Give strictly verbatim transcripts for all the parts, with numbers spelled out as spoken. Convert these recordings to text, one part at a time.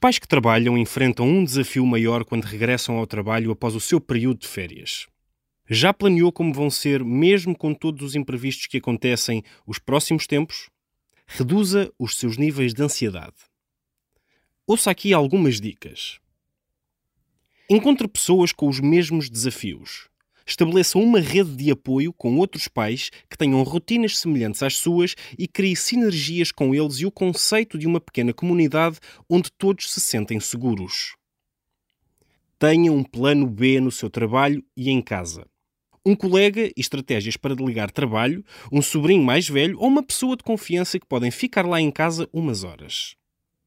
pais que trabalham enfrentam um desafio maior quando regressam ao trabalho após o seu período de férias. Já planeou como vão ser, mesmo com todos os imprevistos que acontecem, os próximos tempos? Reduza os seus níveis de ansiedade. Ouça aqui algumas dicas. Encontre pessoas com os mesmos desafios. Estabeleça uma rede de apoio com outros pais que tenham rotinas semelhantes às suas e crie sinergias com eles e o conceito de uma pequena comunidade onde todos se sentem seguros. Tenha um plano B no seu trabalho e em casa. Um colega e estratégias para delegar trabalho, um sobrinho mais velho ou uma pessoa de confiança que podem ficar lá em casa umas horas.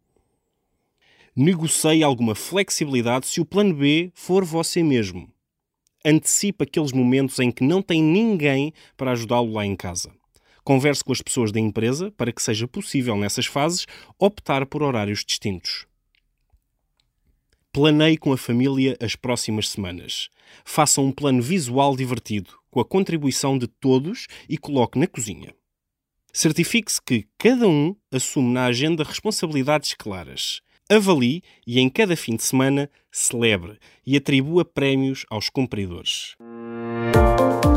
Negocie alguma flexibilidade se o plano B for você mesmo. Antecipe aqueles momentos em que não tem ninguém para ajudá-lo lá em casa. Converse com as pessoas da empresa para que seja possível, nessas fases, optar por horários distintos. Planeie com a família as próximas semanas. Faça um plano visual divertido, com a contribuição de todos e coloque na cozinha. Certifique-se que cada um assume na agenda responsabilidades claras. Avalie e, em cada fim de semana, celebre e atribua prémios aos cumpridores.